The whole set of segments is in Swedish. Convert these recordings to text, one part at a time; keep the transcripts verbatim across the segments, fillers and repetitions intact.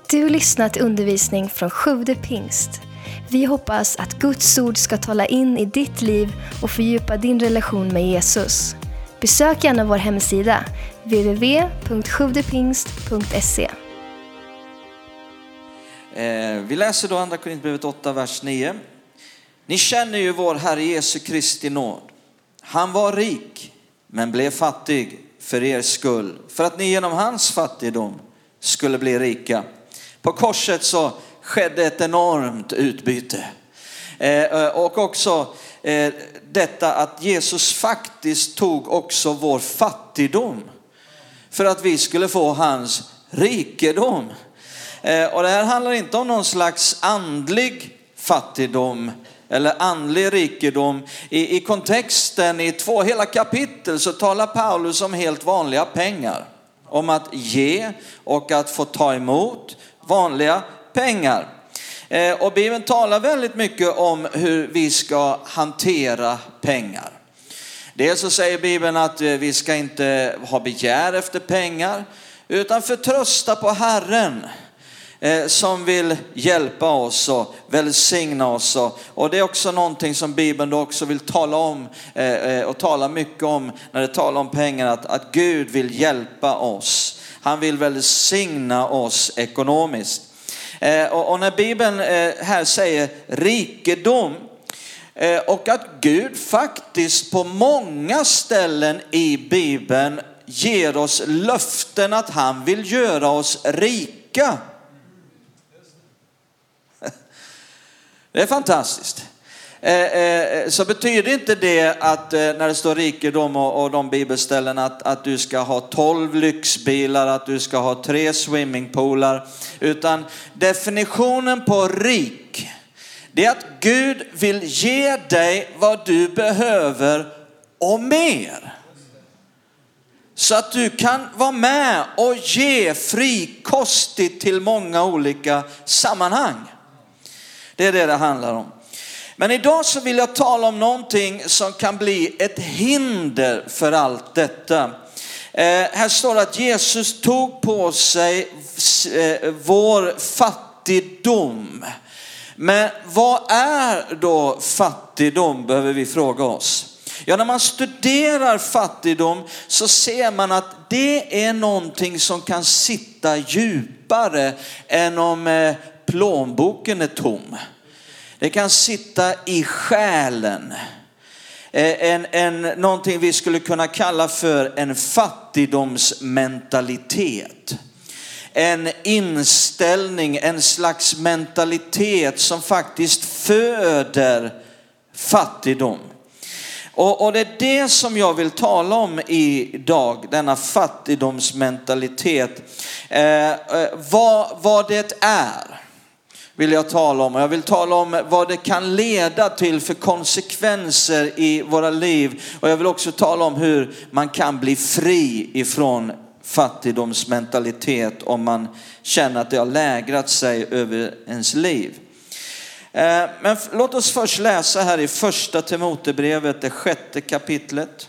Du har lyssnat till undervisning från Sjude Pingst. Vi hoppas att Guds ord ska tala in i ditt liv och fördjupa din relation med Jesus. Besök gärna vår hemsida w w w punkt sjuvdepingst punkt se. Eh, vi läser då andra Korinthierbrevet åtta, vers nio. Ni känner ju vår Herre Jesu Kristi nåd. Han var rik, men blev fattig för er skull, för att ni genom hans fattigdom skulle bli rika. På korset så skedde ett enormt utbyte. Eh, och också eh, detta att Jesus faktiskt tog också vår fattigdom för att vi skulle få hans rikedom. Eh, och det här handlar inte om någon slags andlig fattigdom eller andlig rikedom. I, i kontexten i två hela kapitel så talar Paulus om helt vanliga pengar. Om att ge och att få ta emot vanliga pengar. Eh, och Bibeln talar väldigt mycket om hur vi ska hantera pengar. Dels så säger Bibeln att vi ska inte ha begär efter pengar, utan förtrösta på Herren eh, som vill hjälpa oss och välsigna oss. Och, och det är också någonting som Bibeln då också vill tala om eh, och tala mycket om när det talar om pengar. Att, att Gud vill hjälpa oss. Han vill välsigna oss ekonomiskt. Eh, och, och när Bibeln eh, här säger rikedom, eh, och att Gud faktiskt på många ställen i Bibeln ger oss löften att han vill göra oss rika. Det är fantastiskt. Så betyder inte det att när det står rikedom och de bibelställen att, att du ska ha tolv lyxbilar, att du ska ha tre swimmingpoolar. Utan definitionen på rik, det är att Gud vill ge dig vad du behöver och mer. Så att du kan vara med och ge frikostigt till många olika sammanhang. Det är det det handlar om. Men idag så vill jag tala om någonting som kan bli ett hinder för allt detta. Eh, här står det att Jesus tog på sig eh, vår fattigdom. Men vad är då fattigdom, behöver vi fråga oss. Ja, när man studerar fattigdom så ser man att det är någonting som kan sitta djupare än om eh, plånboken är tom. Det kan sitta i själen. En, en, någonting vi skulle kunna kalla för en fattigdomsmentalitet. En inställning, en slags mentalitet som faktiskt föder fattigdom. Och, och det är det som jag vill tala om idag, denna fattigdomsmentalitet. Eh, vad, vad det är vill jag tala om. Jag vill tala om vad det kan leda till för konsekvenser i våra liv. Och jag vill också tala om hur man kan bli fri ifrån fattigdomsmentalitet om man känner att det har lägrat sig över ens liv. Men låt oss först läsa här i första Timoteusbrevet, det sjätte kapitlet.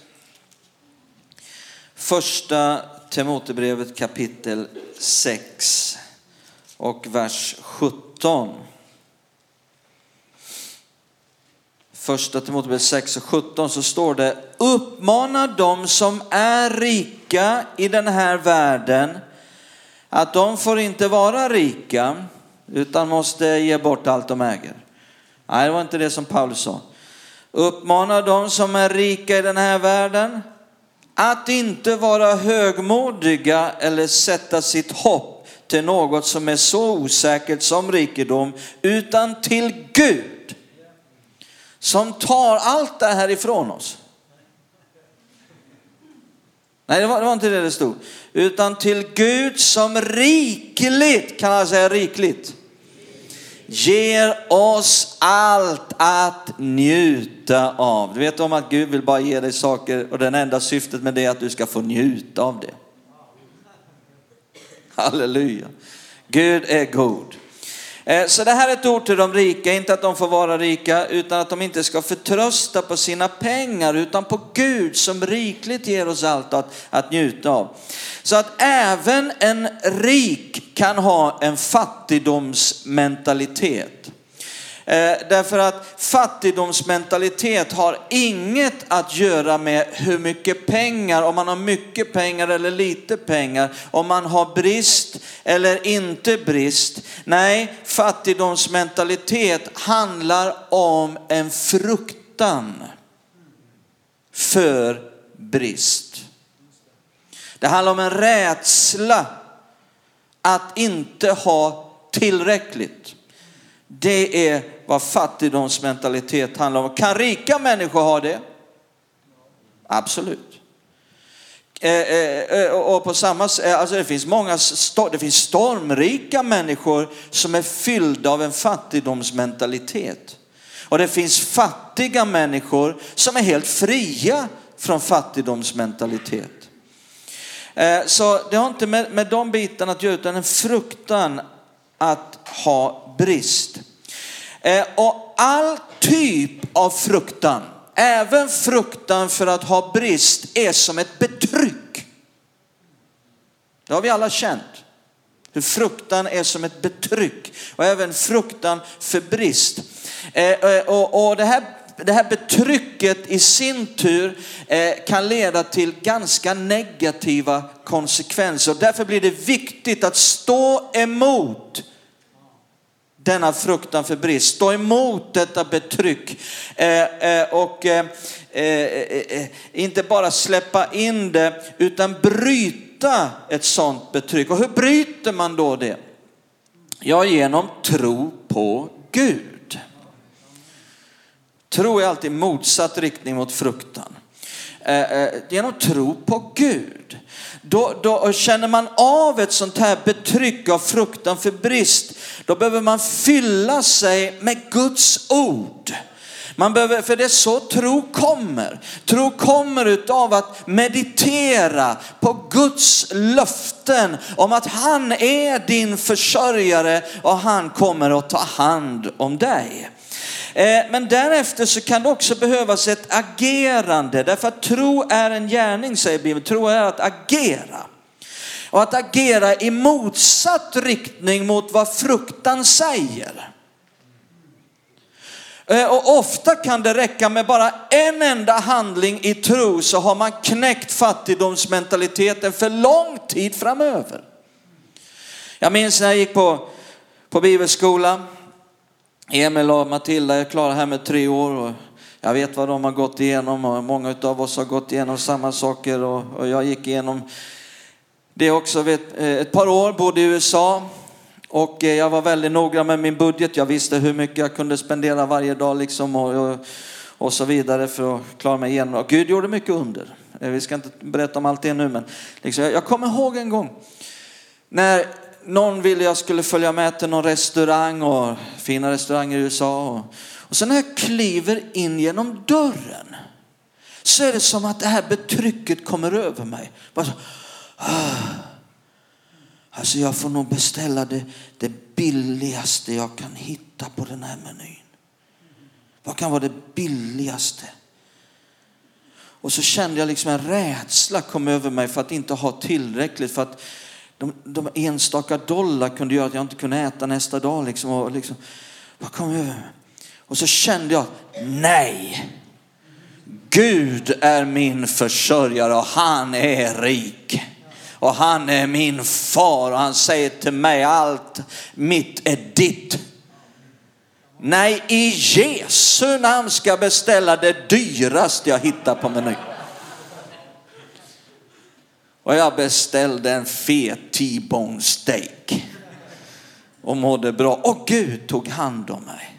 Första Timoteusbrevet kapitel sex och vers sjutton. Första Timoteusbrevet sex och sjutton så står det: uppmana dem som är rika i den här världen att de får inte vara rika utan måste ge bort allt de äger. Nej, det var inte det som Paulus sa. Uppmana dem som är rika i den här världen att inte vara högmodiga eller sätta sitt hopp till något som är så osäkert som rikedom, utan till Gud som tar allt det här ifrån oss. Nej, det var, det var inte det det stod. Utan till Gud som rikligt, kan jag säga rikligt, ger oss allt att njuta av. Du vet om att Gud vill bara ge dig saker och den enda syftet med det är att du ska få njuta av det. Halleluja. Gud är god. Så det här är ett ord till de rika, inte att de får vara rika, utan att de inte ska förtrösta på sina pengar, utan på Gud som rikligt ger oss allt att, att njuta av. Så att även en rik kan ha en fattigdomsmentalitet. Eh, därför att fattigdomsmentalitet har inget att göra med hur mycket pengar, om man har mycket pengar eller lite pengar, om man har brist eller inte brist. Nej, fattigdomsmentalitet handlar om en fruktan för brist. Det handlar om en rädsla att inte ha tillräckligt. Det är vad fattigdomsmentalitet handlar om. Kan rika människor ha det? Absolut. Eh, eh, och på samma sätt, alltså det finns många, det finns stormrika människor som är fyllda av en fattigdomsmentalitet. Och det finns fattiga människor som är helt fria från fattigdomsmentalitet. Eh, så det har inte med, med de bitarna att göra, utan en fruktan att ha brist. Eh, och all typ av fruktan, även fruktan för att ha brist, är som ett betryck. Det har vi alla känt. Hur fruktan är som ett betryck. Och även fruktan för brist. Eh, och, och det här Det här betrycket i sin tur eh, kan leda till ganska negativa konsekvenser. Och därför blir det viktigt att stå emot denna fruktan för brist. Stå emot detta betryck. Eh, eh, och eh, eh, inte bara släppa in det, utan bryta ett sånt betryck. Och hur bryter man då det? Ja, genom tro på Gud. Tro är alltid motsatt riktning mot fruktan. Eh, eh, genom tro på Gud. Då, då känner man av ett sånt här betryck av fruktan för brist. Då behöver man fylla sig med Guds ord. Man behöver, för det är så tro kommer. Tro kommer utav att meditera på Guds löften om att han är din försörjare och han kommer att ta hand om dig. Men därefter så kan det också behövas ett agerande. Därför att tro är en gärning, säger Bibeln. Tro är att agera. Och att agera i motsatt riktning mot vad fruktan säger. Och ofta kan det räcka med bara en enda handling i tro, så har man knäckt fattigdomsmentaliteten för lång tid framöver. Jag minns när jag gick på, på bibelskola. Emil och Matilda är klara här med tre år och jag vet vad de har gått igenom, och många av oss har gått igenom samma saker, och, och jag gick igenom det också. Vet, ett par år bodde i U S A och jag var väldigt noggrann med min budget. Jag visste hur mycket jag kunde spendera varje dag liksom, och, och, och så vidare för att klara mig igenom. Och Gud gjorde mycket under. Vi ska inte berätta om allt det nu, men liksom, jag, jag kommer ihåg en gång när någon ville jag skulle följa med till någon restaurang, och fina restauranger i U S A. Och, och sen när jag kliver in genom dörren så är det som att det här betrycket kommer över mig. Bara så, ah, alltså jag får nog beställa det, det billigaste jag kan hitta på den här menyn. Vad kan vara det billigaste? Och så kände jag liksom en rädsla kom över mig för att inte ha tillräckligt, för att De, de enstaka dollar kunde göra att jag inte kunde äta nästa dag. Liksom, och liksom, vad kom över mig? Och så kände jag, nej. Gud är min försörjare och han är rik. Och han är min far och han säger till mig, allt mitt är ditt. Nej, i Jesu namn ska jag beställa det dyraste jag hittar på menyn. Och jag beställde en fet T-bone steak. Och mådde bra. Och Gud tog hand om mig.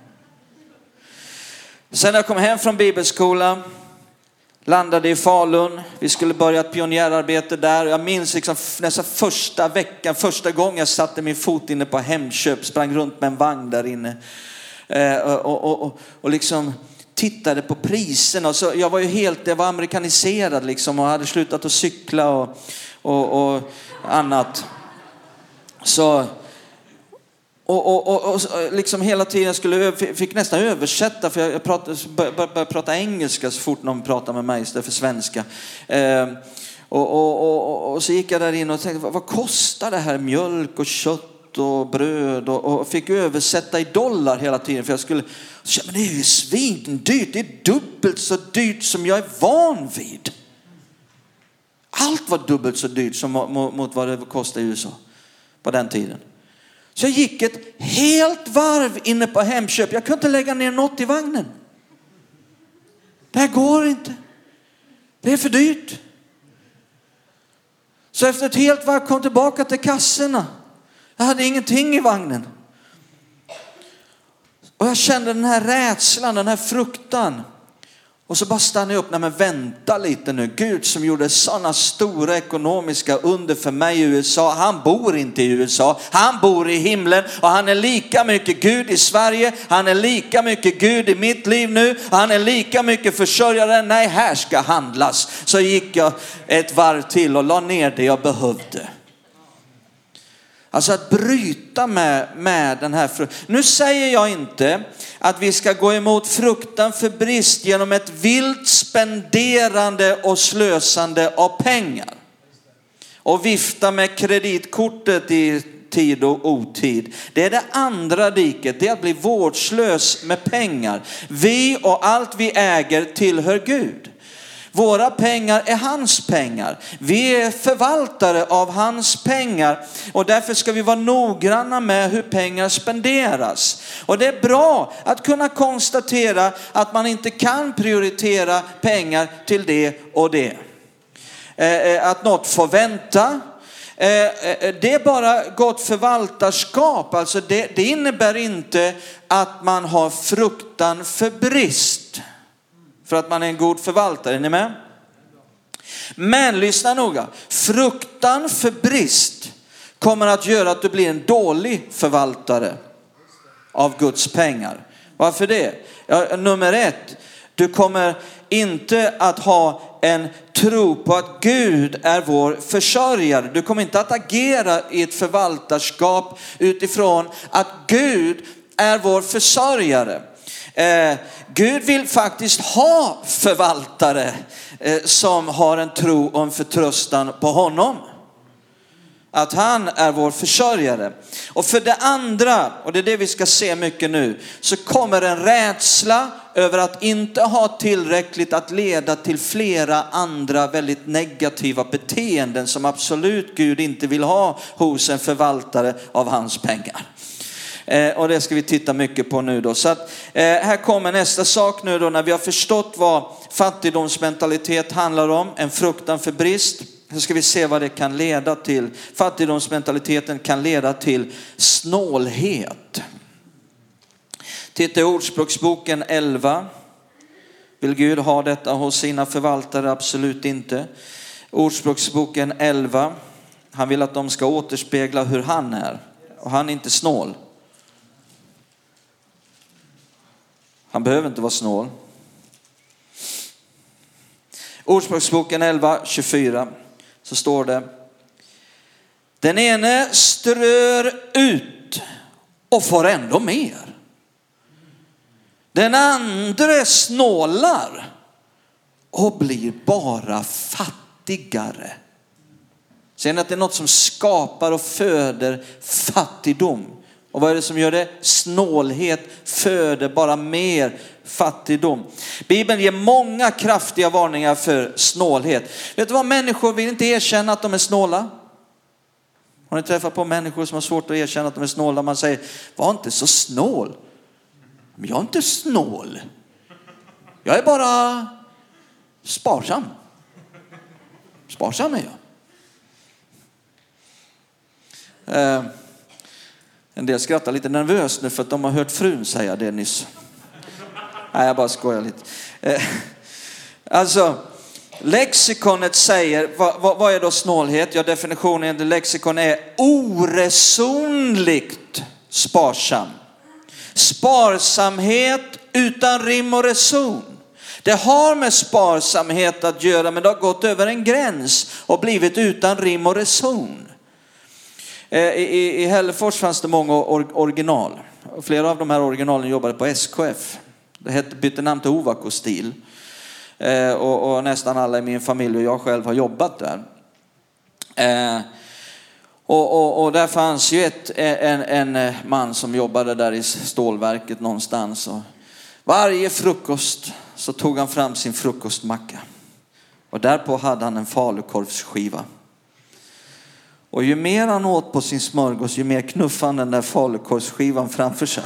Sen när jag kom hem från bibelskolan. Landade i Falun. Vi skulle börja ett pionjärarbete där. Jag minns liksom nästan första veckan. Första gången jag satte min fot inne på Hemköp. Sprang runt med en vagn där inne. Eh, och, och, och, och liksom tittade på priserna. Och så, jag var ju helt, jag var amerikaniserad liksom. Och hade slutat att cykla och, och, och annat. Så... Och, och, och, och liksom hela tiden skulle fick nästan översätta, för jag pratade, började, började prata engelska så fort någon pratade med mig istället för svenska. Eh, och, och, och, och så gick jag där in och tänkte, vad, vad kostar det här? Mjölk och kött och bröd, och, och fick översätta i dollar hela tiden, för jag skulle, så, men det är ju svindyrt, det är dubbelt så dyrt som jag är van vid. Allt var dubbelt så dyrt som mot, mot vad det kostade i U S A på den tiden. Så jag gick ett helt varv inne på Hemköp. Jag kunde inte lägga ner något i vagnen. Det här går inte. Det är för dyrt. Så efter ett helt varv kom jag tillbaka till kassorna. Jag hade ingenting i vagnen. Och jag kände den här rädslan, den här fruktan. Och så bara stannade jag upp. Nej, men vänta lite nu. Gud som gjorde sådana stora ekonomiska under för mig i U S A. Han bor inte i U S A. Han bor i himlen. Och han är lika mycket Gud i Sverige. Han är lika mycket Gud i mitt liv nu. Han är lika mycket försörjare. Nej, här ska handlas. Så gick jag ett varv till och la ner det jag behövde. Alltså att bryta med, med den här fruktan. Nu säger jag inte att vi ska gå emot fruktan för brist genom ett vilt spenderande och slösande av pengar. Och vifta med kreditkortet i tid och otid. Det är det andra diket. Det är att bli vårdslös med pengar. Vi och allt vi äger tillhör Gud. Våra pengar är hans pengar. Vi är förvaltare av hans pengar. Och därför ska vi vara noggranna med hur pengar spenderas. Och det är bra att kunna konstatera att man inte kan prioritera pengar till det och det. Att något får vänta. Det är bara gott förvaltarskap. Alltså det, det innebär inte att man har fruktan för brist. För att man är en god förvaltare, är ni med? Men lyssna noga. Fruktan för brist kommer att göra att du blir en dålig förvaltare av Guds pengar. Varför det? Ja, nummer ett. Du kommer inte att ha en tro på att Gud är vår försörjare. Du kommer inte att agera i ett förvaltarskap utifrån att Gud är vår försörjare. Eh, Gud vill faktiskt ha förvaltare eh, som har en tro och en förtröstan på honom. Att han är vår försörjare. Och för det andra, och det är det vi ska se mycket nu, så kommer en rädsla över att inte ha tillräckligt att leda till flera andra väldigt negativa beteenden som absolut Gud inte vill ha hos en förvaltare av hans pengar. Eh, och det ska vi titta mycket på nu då. Så att, eh, här kommer nästa sak nu då, när vi har förstått vad fattigdomsmentalitet handlar om. En fruktan för brist. Så ska vi se vad det kan leda till. Fattigdomsmentaliteten kan leda till snålhet. Titta i Ordspråksboken elva. Vill Gud ha detta hos sina förvaltare? Absolut inte. Ordspråksboken elva. Han vill att de ska återspegla hur han är. Och han är inte snål. Han behöver inte vara snål. Ordspråksboken elva tjugofyra. Så står det: den ene strör ut och får ändå mer. Den andra snålar och blir bara fattigare. Ser ni att det är något som skapar och föder fattigdom? Och vad är det som gör det? Snålhet föder bara mer fattigdom. Bibeln ger många kraftiga varningar för snålhet. Vet du vad? Människor vill inte erkänna att de är snåla. Har ni träffat på människor som har svårt att erkänna att de är snåla? Man säger, var inte så snål. Men jag är inte snål. Jag är bara sparsam. Sparsam är jag. Eh, en del skrattar lite nervöst nu för att de har hört frun säga det nyss. Nej, jag bara skojar lite. Eh, alltså, lexikonet säger, vad, vad, vad är då snålhet? Ja, definitionen i lexikon är oresonligt sparsam. Sparsamhet utan rim och reson. Det har med sparsamhet att göra, men det har gått över en gräns och blivit utan rim och reson. I, i Hällefors fanns det många or, original. Flera av de här originalen jobbade på S K F. Det hette, bytte namn till Ovako Stil. Eh, och, och nästan alla i min familj och jag själv har jobbat där. Eh, och, och, och där fanns ju ett, en, en man som jobbade där i stålverket någonstans. Och varje frukost så tog han fram sin frukostmacka. Och därpå hade han en falukorvsskiva. Och ju mer han åt på sin smörgås, ju mer knuffade han den där falukorvsskivan framför sig.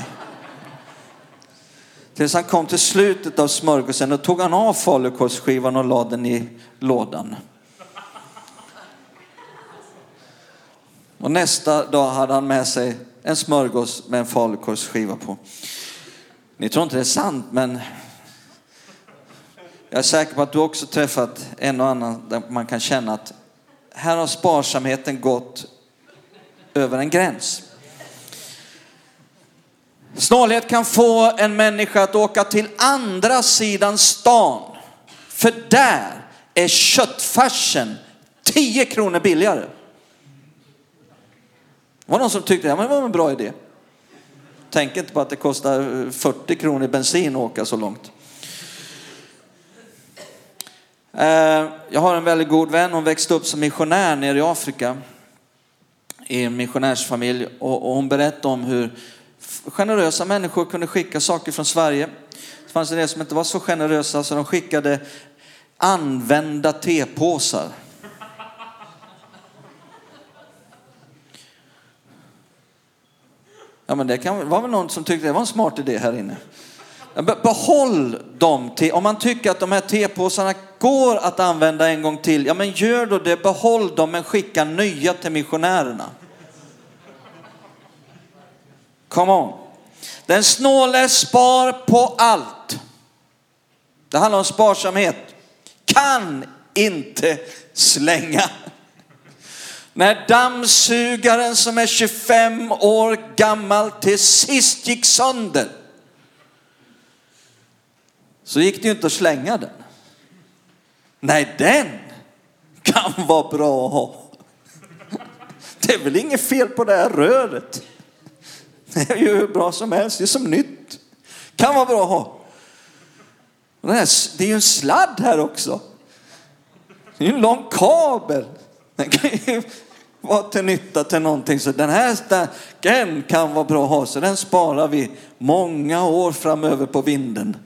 Tills han kom till slutet av smörgåsen och tog han av falukorvsskivan och lade den i lådan. Och nästa dag hade han med sig en smörgås med en falukorvsskiva på. Ni tror inte det är sant, men jag är säker på att du också träffat en och annan där man kan känna att här har sparsamheten gått över en gräns. Snålhet kan få en människa att åka till andra sidan stan. För där är köttfärsen tio kronor billigare. Det var någon som tyckte att det var en bra idé. Tänk inte på att det kostar fyrtio kronor i bensin att åka så långt. Jag har en väldigt god vän. Hon växte upp som missionär nere i Afrika. I en missionärsfamilj. Och hon berättade om hur generösa människor kunde skicka saker från Sverige. Det fanns en del som inte var så generösa, så de skickade använda tepåsar. Ja, men det kan var väl någon som tyckte det var en smart idé här inne. Behåll dem till, om man tycker att de här tepåsarna går att använda en gång till. Ja, men gör då det, behåll dem, men skicka nya till missionärerna. Come on. Den snåle spar på allt. Det handlar om sparsamhet. Kan inte slänga. När dammsugaren som är tjugofem år gammal till sist gick sönder, så gick det ju inte att slänga den. Nej, den kan vara bra att ha. Det är väl inget fel på det här röret. Det är ju hur bra som helst. Det är som nytt. Kan vara bra att ha. Det är ju en sladd här också. Det är en lång kabel. Den kan ju vara till nytta till någonting. Så den här stacken kan vara bra att ha. Så den sparar vi många år framöver på vinden.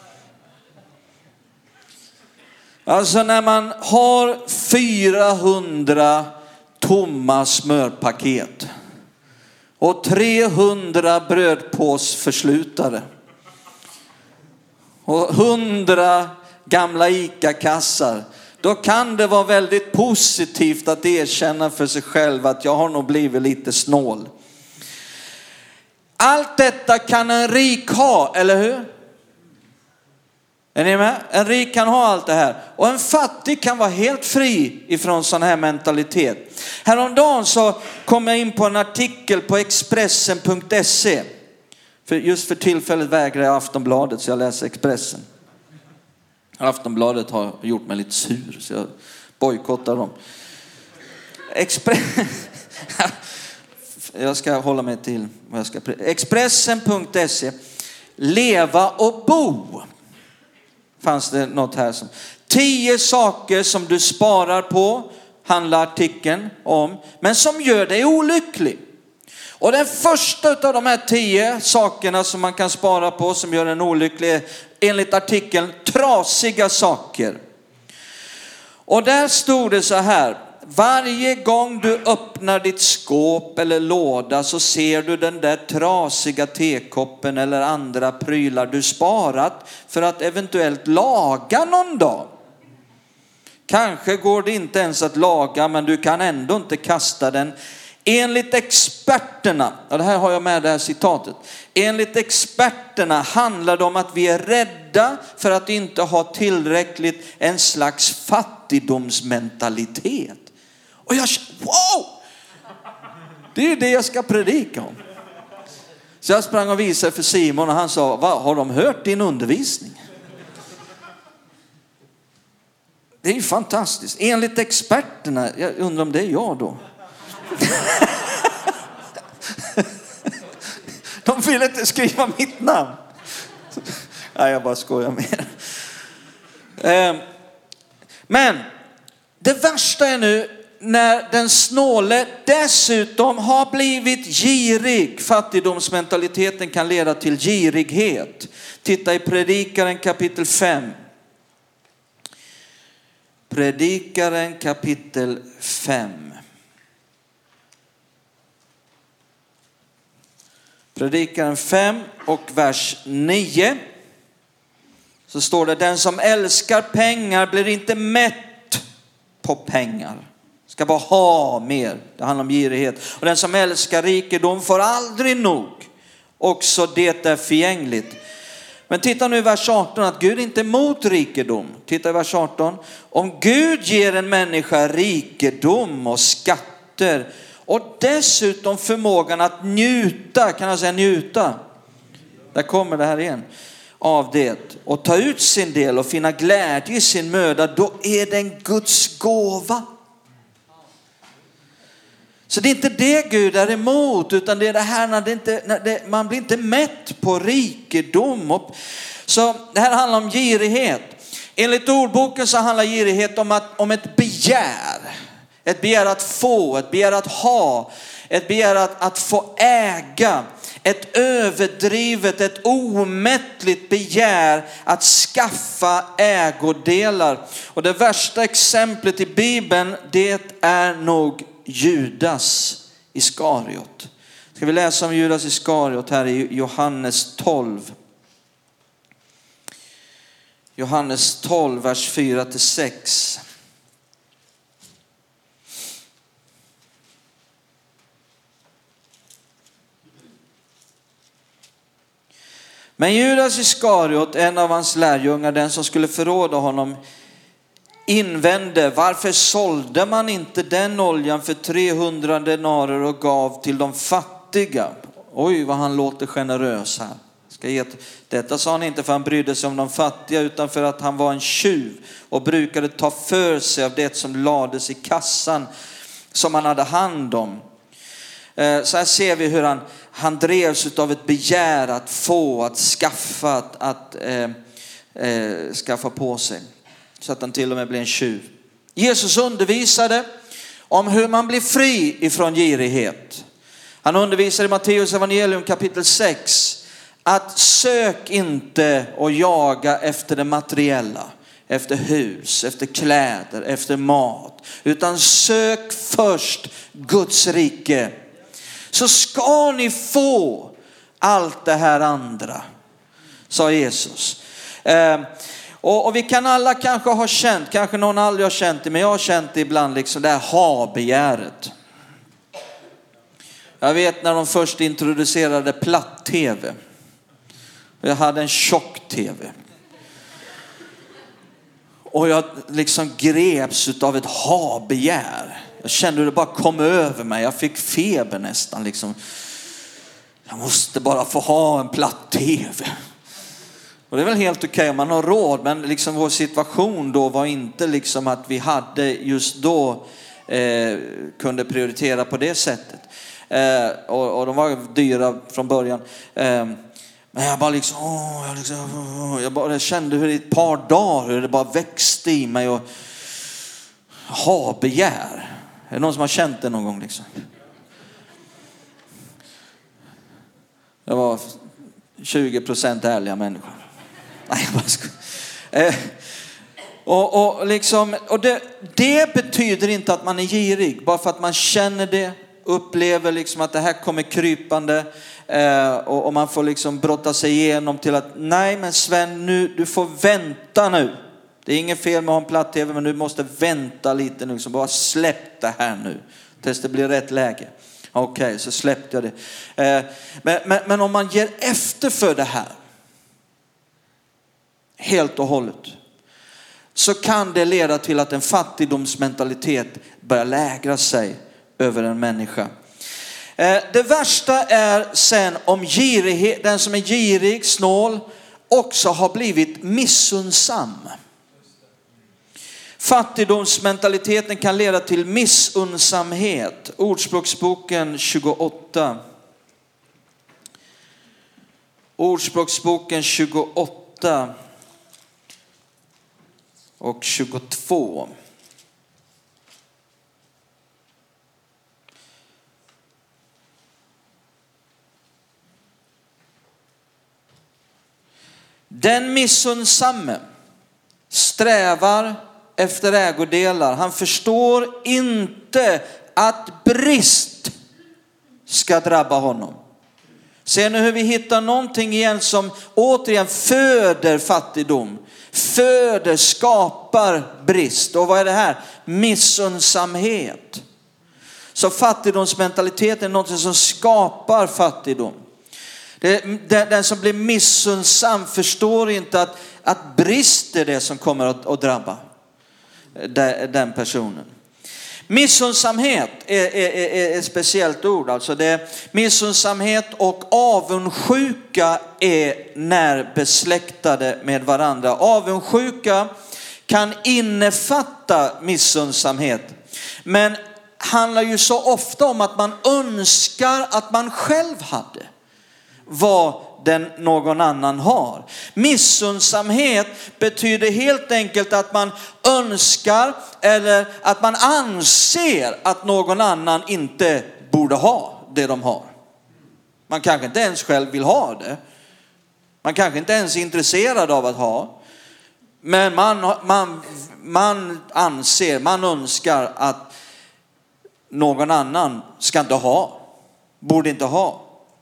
Alltså när man har fyrahundra tomma smörpaket och trehundra brödpåsförslutare och hundra gamla ICA-kassar, då kan det vara väldigt positivt att erkänna för sig själv att jag har nog blivit lite snål. Allt detta kan en rik ha, eller hur? Är ni med? En rik kan ha allt det här. Och en fattig kan vara helt fri ifrån sån här mentalitet. Häromdagen så kom jag in på en artikel på Expressen punkt se. För just för tillfället vägrar jag Aftonbladet, så jag läser Expressen. Aftonbladet har gjort mig lite sur, så jag bojkottar dem. Expre- jag ska hålla mig till vad jag ska. Expressen punkt se. Leva och bo. Fanns det något här som tio saker som du sparar på, handlar artikeln om, men som gör dig olycklig. Och den första av de här tio sakerna som man kan spara på som gör en olycklig är, enligt artikeln, trasiga saker. Och där stod det så här: varje gång du öppnar ditt skåp eller låda så ser du den där trasiga tekoppen eller andra prylar du sparat för att eventuellt laga någon dag. Kanske går det inte ens att laga, men du kan ändå inte kasta den. Enligt experterna, och det här har jag med det här citatet. Enligt experterna handlar det om att vi är rädda för att inte ha tillräckligt en slags fattigdomsmentalitet. Och jag, wow! Det är det jag ska predika om. Så jag sprang och visade för Simon och han sa: vad, har de hört din undervisning? Det är ju fantastiskt. Enligt experterna, jag undrar om det är jag då. De vill inte skriva mitt namn. Nej, jag bara skojar med er. Men det värsta är nu när den snåle dessutom har blivit girig. Fattigdomsmentaliteten kan leda till girighet. Titta i Predikaren kapitel fem. Predikaren kapitel fem. Predikaren fem och vers nio. Så står det: den som älskar pengar blir inte mätt på pengar. Ska bara ha mer. Det handlar om girighet. Och den som älskar rikedom får aldrig nog. Också det är förgängligt. Men titta nu i vers arton att Gud inte är emot rikedom. Titta i vers arton. Om Gud ger en människa rikedom och skatter och dessutom förmågan att njuta, kan jag säga njuta? Där kommer det här igen. Av det och ta ut sin del och finna glädje i sin möda, då är det en Guds gåva. Så det är inte det Gud är emot, utan det är det här när, det inte, när det, man blir inte mätt på rikedom. Och, så det här handlar om girighet. Enligt ordboken så handlar girighet om, att, om ett begär. Ett begär att få, ett begär att ha, ett begär att, att få äga. Ett överdrivet, ett omättligt begär att skaffa ägodelar. Och det värsta exemplet i Bibeln, det är nog Judas Iskariot. Ska vi läsa om Judas Iskariot här i Johannes tolv. Johannes tolv, vers fyra till sex. Men Judas Iskariot, en av hans lärjungar, den som skulle förråda honom, invände: varför sålde man inte den oljan för trehundra denarer och gav till de fattiga? Oj, vad han låter generös här. Ska ge detta sa han inte för han brydde sig om de fattiga, utan för att han var en tjuv och brukade ta för sig av det som lades i kassan som han hade hand om. Så här ser vi hur han, han drevs av ett begär att få, att skaffa, att, att eh, eh, skaffa på sig. Så att han till och med blev en tjuv. Jesus undervisade om hur man blir fri ifrån girighet. Han undervisade i Matteus evangelium kapitel sex. Att sök inte och jaga efter det materiella. Efter hus, efter kläder, efter mat. Utan sök först Guds rike. Så ska ni få allt det här andra, sa Jesus. Eh, och, och vi kan alla kanske ha känt, kanske någon aldrig har känt det, men jag har känt det ibland, liksom det här ha-begäret. Jag vet när de först introducerade platt-tv. Jag hade en tjock-tv. Och jag liksom greps av ett ha-begär. Jag kände hur det bara kom över mig. Jag fick feber nästan. Liksom. Jag måste bara få ha en platt-tv. Och det är väl helt okej okay om man har råd. Men liksom vår situation då var inte liksom att vi hade just då eh, kunde prioritera på det sättet. Eh, och, och de var dyra från början. Eh, men jag bara liksom, åh, jag, liksom åh, jag bara kände hur i ett par dagar hur det bara växte i mig och ha begär. Är det någon som har känt det någon gång liksom? Jag var tjugo procent ärliga människor. Nej, jag bara ska. Eh, och, och, liksom, och det, det betyder inte att man är girig. Bara för att man känner det, upplever liksom att det här kommer krypande. Eh, och, och man får liksom brotta sig igenom till att nej men Sven, nu, du får vänta nu. Det är ingen fel med att ha en platt-tv, men du måste vänta lite nu. Så bara släpp det här nu. Tills det blir rätt läge. Okej, okay, så släppte jag det. Eh, men, men, men om man ger efter för det här. Helt och hållet. Så kan det leda till att en fattigdomsmentalitet börjar lägra sig över en människa. Eh, det värsta är sen om girighet, den som är girig, snål, också har blivit missunnsam. Fattigdomsmentaliteten kan leda till missunnsamhet. Ordspråksboken tjugoåtta. Ordspråksboken tjugoåtta och tjugotvå. Den missunnsamme strävar efter ägodelar. Han förstår inte att brist ska drabba honom. Se nu hur vi hittar någonting igen som återigen föder fattigdom. Föder, skapar brist. Och vad är det här? Missundsamhet. Så fattigdomsmentaliteten är något som skapar fattigdom. Det, den som blir missundsam förstår inte att, att brist är det som kommer att, att drabba den personen. Missundsamhet är, är, är ett speciellt ord. Alltså det, missundsamhet och avundsjuka är närbesläktade med varandra. Avundsjuka kan innefatta missundsamhet. Men handlar ju så ofta om att man önskar att man själv hade vad den någon annan har. Missundsamhet betyder helt enkelt att man önskar eller att man anser att någon annan inte borde ha det de har. Man kanske inte ens själv vill ha det. Man kanske inte ens är intresserad av att ha. Men man, man, man anser, man önskar att någon annan ska inte ha, borde inte ha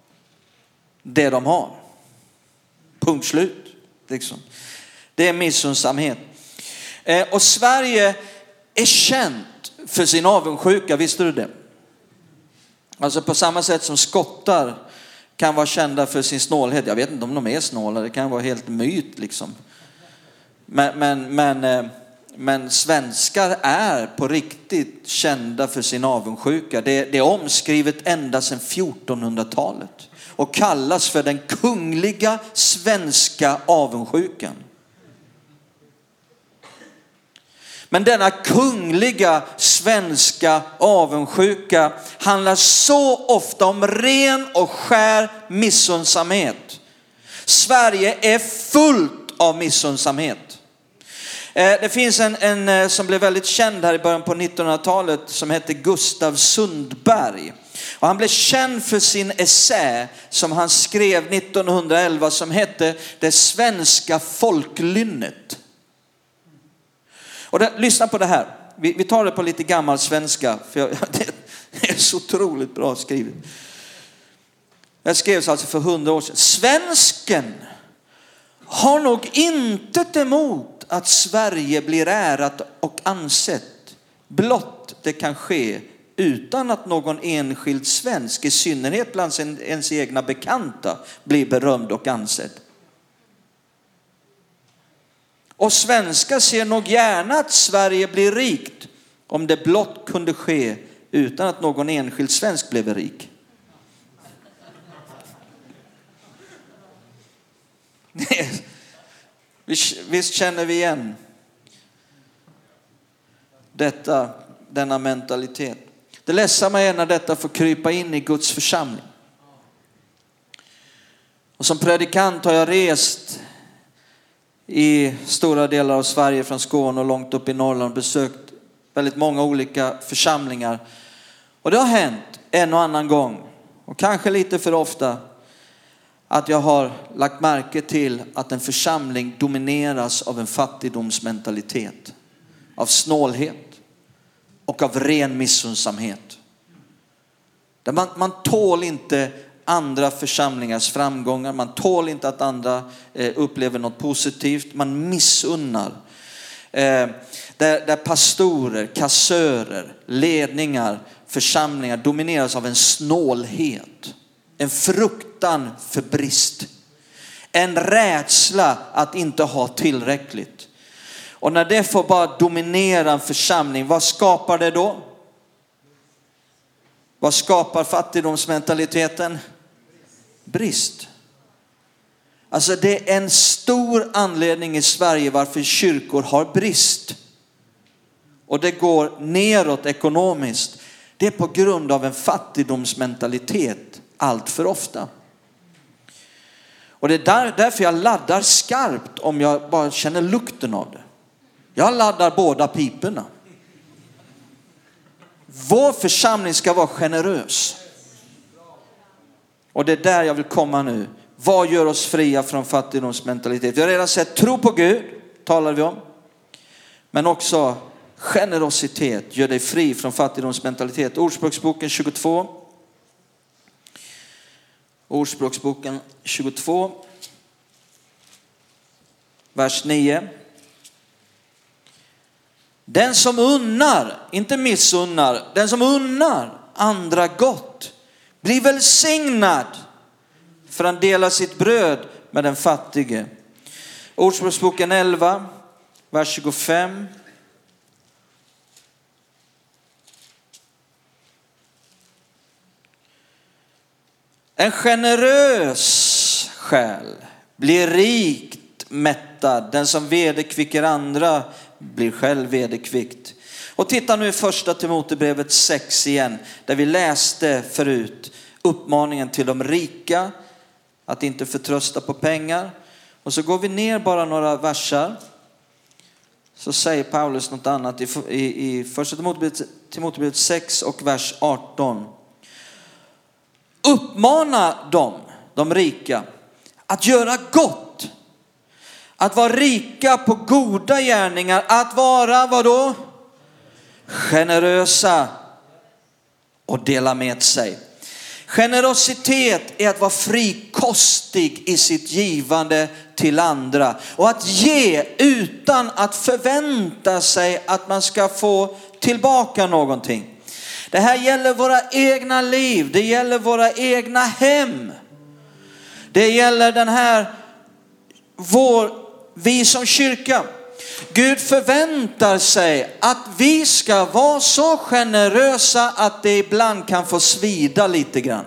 det de har. Punkt slut. Liksom. Det är missundsamhet. Eh, och Sverige är känt för sin avundsjuka, visste du det? Alltså på samma sätt som skottar kan vara kända för sin snålhet. Jag vet inte om de är snåla, det kan vara helt myt liksom. Men, men, men, eh, men svenskar är på riktigt kända för sin avundsjuka. Det, det är omskrivet ända sedan fjortonhundratalet. Och kallas för den kungliga svenska avundsjukan. Men denna kungliga svenska avundsjuka handlar så ofta om ren och skär missundsamhet. Sverige är fullt av missundsamhet. Det finns en, en som blev väldigt känd här i början på nittonhundratalet som heter Gustav Sundberg. Och han blev känd för sin essä som han skrev nittonhundraelva som hette Det svenska folklynnet. Och det, lyssna på det här. Vi, vi tar det på lite gammal svenska. För jag, det, det är så otroligt bra skrivet. Det skrevs alltså för hundra år sedan. Svensken har nog inte emot att Sverige blir ärat och ansett. Blott det kan ske utan att någon enskild svensk, i synnerhet bland ens egna bekanta, blir berömd och ansedd. Och svenskar ser nog gärna att Sverige blir rikt om det blott kunde ske utan att någon enskild svensk blev rik. Visst känner vi igen detta, denna mentalitet. Det ledsamma är när detta får krypa in i Guds församling. Och som predikant har jag rest i stora delar av Sverige, från Skåne och långt upp i Norrland, besökt väldigt många olika församlingar. Och det har hänt en och annan gång, och kanske lite för ofta, att jag har lagt märke till att en församling domineras av en fattigdomsmentalitet, av snålhet och av ren missundsamhet. Där man, man tål inte andra församlingars framgångar. Man tål inte att andra eh, upplever något positivt. Man missunnar. Eh, där, där pastorer, kassörer, ledningar, församlingar domineras av en snålhet. En fruktan för brist. En rädsla att inte ha tillräckligt. Och när det får bara dominera en församling, vad skapar det då? Vad skapar fattigdomsmentaliteten? Brist. Alltså det är en stor anledning i Sverige varför kyrkor har brist. Och det går neråt ekonomiskt. Det är på grund av en fattigdomsmentalitet allt för ofta. Och det är där, därför jag laddar skarpt om jag bara känner lukten av det. Jag laddar båda piporna. Vår församling ska vara generös. Och det är där jag vill komma nu. Vad gör oss fria från fattigdomsmentalitet? Vi har redan sett tro på Gud, talar vi om. Men också generositet gör dig fri från fattigdomsmentalitet. Ordspråksboken tjugotvå. Ordspråksboken tjugotvå. Vers nio. Den som unnar, inte missunnar, den som unnar andra gott blir välsignad, för han delar sitt bröd med den fattige. Ordspråksboken elva, vers tjugofem. En generös själ blir rikt mättad. Den som vederkvicker andra blir själv vederkvickt. Och titta nu i första Timoteusbrevet sex igen, där vi läste förut uppmaningen till de rika att inte förtrösta på pengar. Och så går vi ner bara några versar, så säger Paulus något annat i, i, i första Timoteusbrevet sex och vers arton. Uppmana dem, de rika, att göra gott, att vara rika på goda gärningar, att vara vad då? Generösa och dela med sig. Generositet är att vara frikostig i sitt givande till andra. Och att ge utan att förvänta sig att man ska få tillbaka någonting. Det här gäller våra egna liv. Det gäller våra egna hem. Det gäller den här, vår, vi som kyrka. Gud förväntar sig att vi ska vara så generösa att det ibland kan få svida lite grann.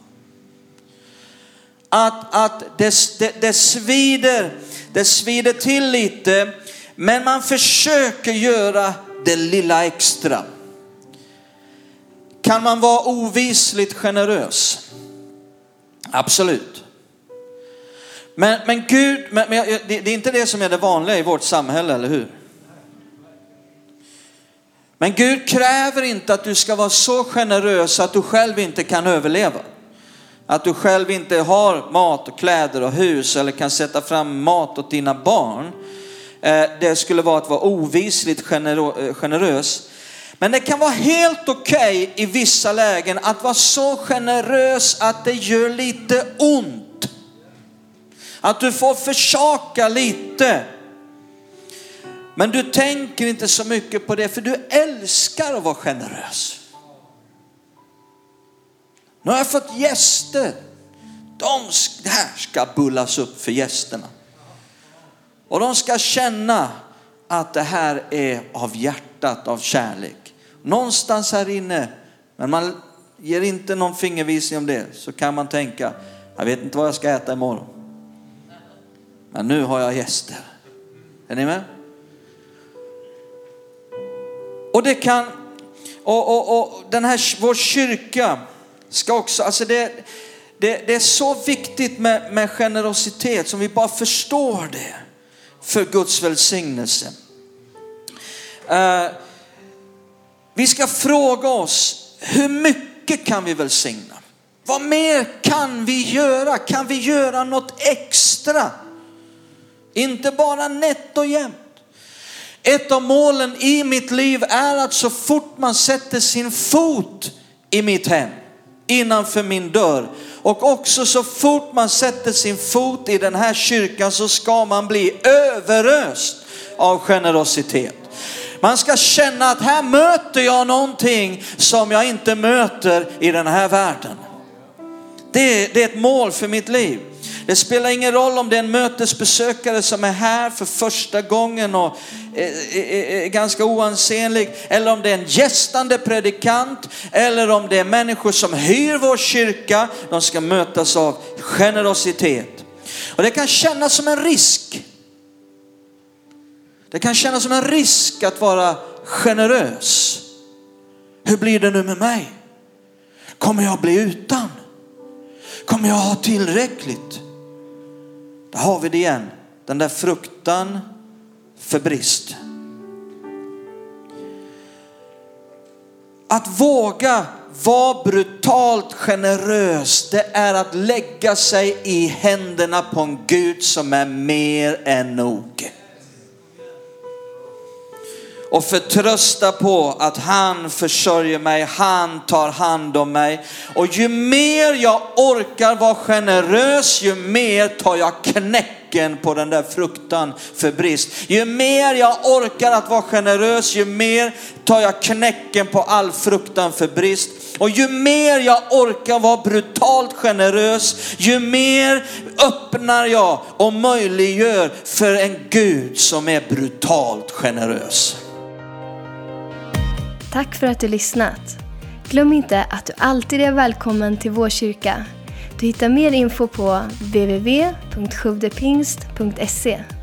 Att, att det, det, det svider, det svider till lite, men man försöker göra det lilla extra. Kan man vara ovisligt generös? Absolut. Men, men Gud, men, men, det, det är inte det som är det vanliga i vårt samhälle, eller hur? Men Gud kräver inte att du ska vara så generös att du själv inte kan överleva. Att du själv inte har mat och kläder och hus eller kan sätta fram mat åt dina barn. Det skulle vara att vara ovisligt generös. Men det kan vara helt okej okay i vissa lägen att vara så generös att det gör lite ont. Att du får försaka lite. Men du tänker inte så mycket på det, för du älskar att vara generös. Nu har jag fått gäster. De det här ska bullas upp för gästerna. Och de ska känna att det här är av hjärtat, av kärlek. Någonstans här inne, men man ger inte någon fingervisning om det, så kan man tänka, jag vet inte vad jag ska äta imorgon. Men nu har jag gäster. Är ni med? Och det kan, och, och, och den här, vår kyrka ska också, alltså det, det, det är så viktigt med, med generositet, som vi bara förstår det för Guds välsignelse. Uh, vi ska fråga oss, hur mycket kan vi välsigna? Vad mer kan vi göra? Kan vi göra något extra? Inte bara nätt och jämnt. Ett av målen i mitt liv är att så fort man sätter sin fot i mitt hem, innanför min dörr, och också så fort man sätter sin fot i den här kyrkan, så ska man bli överöst av generositet. Man ska känna att här möter jag någonting som jag inte möter i den här världen. Det, det är ett mål för mitt liv. Det spelar ingen roll om det är en mötesbesökare som är här för första gången och är, är, är ganska oansenlig, eller om det är en gästande predikant, eller om det är människor som hyr vår kyrka. De ska mötas av generositet. Och det kan kännas som en risk. Det kan kännas som en risk att vara generös. Hur blir det nu med mig? Kommer jag bli utan? Kommer jag ha tillräckligt? Då har vi det igen. Den där fruktan för brist. Att våga vara brutalt generös, det är att lägga sig i händerna på en Gud som är mer än nog. Och förtrösta på att han försörjer mig, han tar hand om mig. Och ju mer jag orkar vara generös, ju mer tar jag knäcken på den där fruktan för brist. Ju mer jag orkar att vara generös, ju mer tar jag knäcken på all fruktan för brist. Och ju mer jag orkar vara brutalt generös, ju mer öppnar jag och möjliggör för en Gud som är brutalt generös. Tack för att du lyssnat. Glöm inte att du alltid är välkommen till vår kyrka. Du hittar mer info på w w w punkt skövdepingst punkt se.